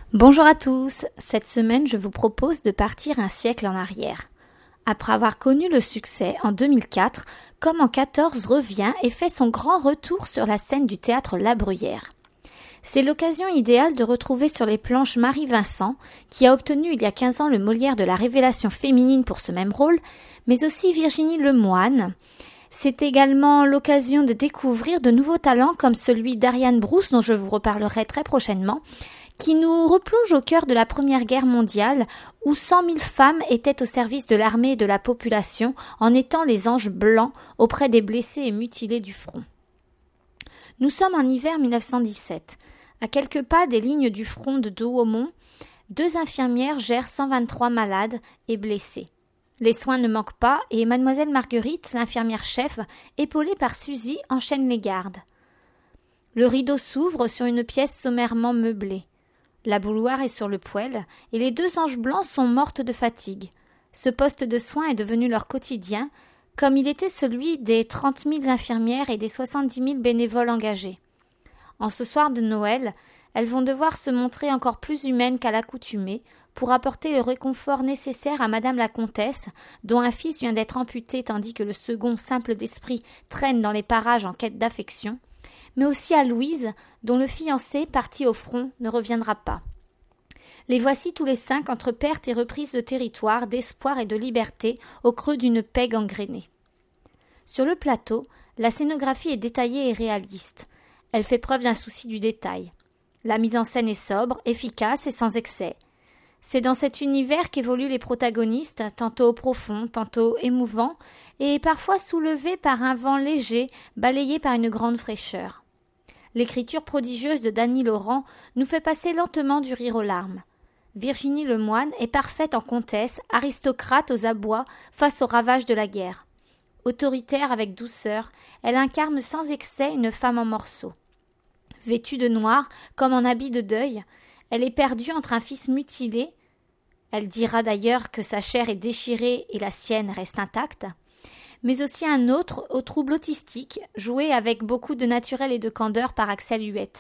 Bonjour à tous, cette semaine je vous propose de partir un siècle en arrière. Après avoir connu le succès en 2004, Comme en 14 revient et fait son grand retour sur la scène du théâtre La Bruyère. C'est l'occasion idéale de retrouver sur les planches Marie Vincent, qui a obtenu il y a 15 ans le Molière de la révélation féminine pour ce même rôle, mais aussi Virginie Lemoine. C'est également l'occasion de découvrir de nouveaux talents comme celui d'Ariane Brousse, dont je vous reparlerai très prochainement, qui nous replonge au cœur de la Première Guerre mondiale, où 100 000 femmes étaient au service de l'armée et de la population en étant les anges blancs auprès des blessés et mutilés du front. Nous sommes en hiver 1917. À quelques pas des lignes du front de Douaumont, 2 infirmières gèrent 123 malades et blessés. Les soins ne manquent pas et mademoiselle Marguerite, l'infirmière chef, épaulée par Suzy, enchaîne les gardes. Le rideau s'ouvre sur une pièce sommairement meublée. La bouilloire est sur le poêle et les 2 anges blancs sont mortes de fatigue. Ce poste de soins est devenu leur quotidien, comme il était celui des 30 000 infirmières et des 70 000 bénévoles engagés. En ce soir de Noël, elles vont devoir se montrer encore plus humaines qu'à l'accoutumée pour apporter le réconfort nécessaire à madame la comtesse, dont un fils vient d'être amputé tandis que le second, simple d'esprit, traîne dans les parages en quête d'affection, mais aussi à Louise, dont le fiancé, parti au front, ne reviendra pas. Les voici tous les 5 entre perte et reprise de territoire, d'espoir et de liberté, au creux d'une paix gangrénée. Sur le plateau, la scénographie est détaillée et réaliste. Elle fait preuve d'un souci du détail. La mise en scène est sobre, efficace et sans excès. C'est dans cet univers qu'évoluent les protagonistes, tantôt profonds, tantôt émouvants, et parfois soulevés par un vent léger, balayé par une grande fraîcheur. L'écriture prodigieuse de Dany Laurent nous fait passer lentement du rire aux larmes. Virginie Lemoine est parfaite en comtesse, aristocrate aux abois face aux ravages de la guerre. Autoritaire avec douceur, elle incarne sans excès une femme en morceaux. Vêtue de noir, comme en habit de deuil, elle est perdue entre un fils mutilé, elle dira d'ailleurs que sa chair est déchirée et la sienne reste intacte, mais aussi un autre au trouble autistique, joué avec beaucoup de naturel et de candeur par Axel Huette.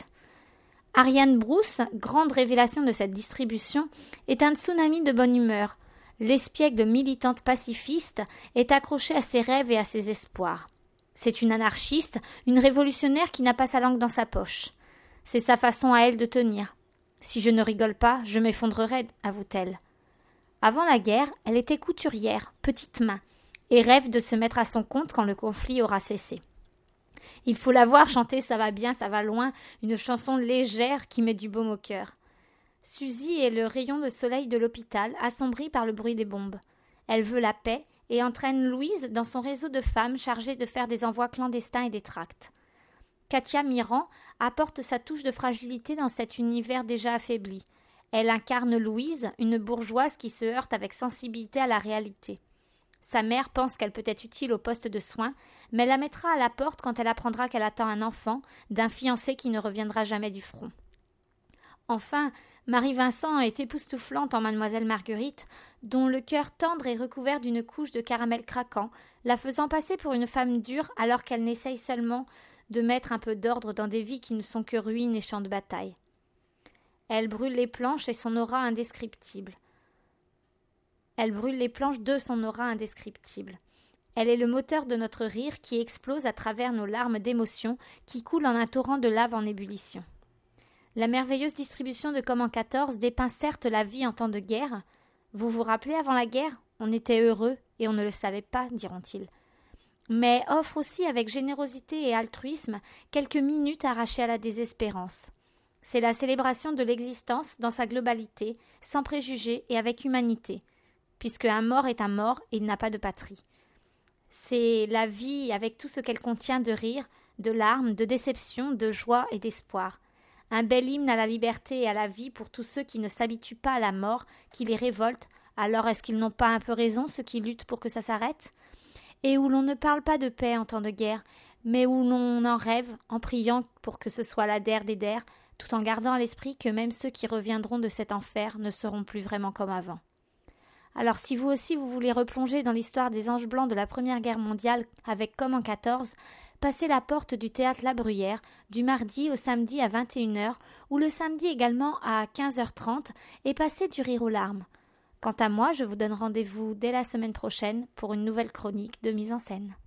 Ariane Brousse, grande révélation de cette distribution, est un tsunami de bonne humeur. L'espiègle militante pacifiste est accrochée à ses rêves et à ses espoirs. C'est une anarchiste, une révolutionnaire qui n'a pas sa langue dans sa poche. C'est sa façon à elle de tenir. « Si je ne rigole pas, je m'effondrerai », avoue-t-elle. Avant la guerre, elle était couturière, petite main, et rêve de se mettre à son compte quand le conflit aura cessé. Il faut la voir chanter « Ça va bien, ça va loin », une chanson légère qui met du baume au cœur. Suzy est le rayon de soleil de l'hôpital, assombri par le bruit des bombes. Elle veut la paix et entraîne Louise dans son réseau de femmes chargées de faire des envois clandestins et des tracts. Katia Mirand apporte sa touche de fragilité dans cet univers déjà affaibli. Elle incarne Louise, une bourgeoise qui se heurte avec sensibilité à la réalité. Sa mère pense qu'elle peut être utile au poste de soins, mais la mettra à la porte quand elle apprendra qu'elle attend un enfant, d'un fiancé qui ne reviendra jamais du front. Enfin, Marie Vincent est époustouflante en mademoiselle Marguerite, dont le cœur tendre est recouvert d'une couche de caramel craquant, la faisant passer pour une femme dure alors qu'elle n'essaye seulement de mettre un peu d'ordre dans des vies qui ne sont que ruines et champs de bataille. Elle brûle les planches et son aura indescriptible. Elle brûle les planches de son aura indescriptible. Elle est le moteur de notre rire qui explose à travers nos larmes d'émotion qui coulent en un torrent de lave en ébullition. La merveilleuse distribution de Comme en 14 dépeint certes la vie en temps de guerre. Vous vous rappelez, avant la guerre, on était heureux et on ne le savait pas, diront-ils. Mais offre aussi avec générosité et altruisme quelques minutes arrachées à la désespérance. C'est la célébration de l'existence dans sa globalité, sans préjugés et avec humanité, puisque un mort est un mort et il n'a pas de patrie. C'est la vie avec tout ce qu'elle contient de rire, de larmes, de déception, de joie et d'espoir. Un bel hymne à la liberté et à la vie pour tous ceux qui ne s'habituent pas à la mort, qui les révoltent. Alors est-ce qu'ils n'ont pas un peu raison, ceux qui luttent pour que ça s'arrête ? Et où l'on ne parle pas de paix en temps de guerre, mais où l'on en rêve en priant pour que ce soit la der des der, tout en gardant à l'esprit que même ceux qui reviendront de cet enfer ne seront plus vraiment comme avant. Alors si vous aussi vous voulez replonger dans l'histoire des anges blancs de la Première Guerre mondiale avec Comme en 14, Passez la porte du théâtre La Bruyère du mardi au samedi à 21h ou le samedi également à 15h30 et passez du rire aux larmes. Quant à moi, je vous donne rendez-vous dès la semaine prochaine pour une nouvelle chronique de mise en scène.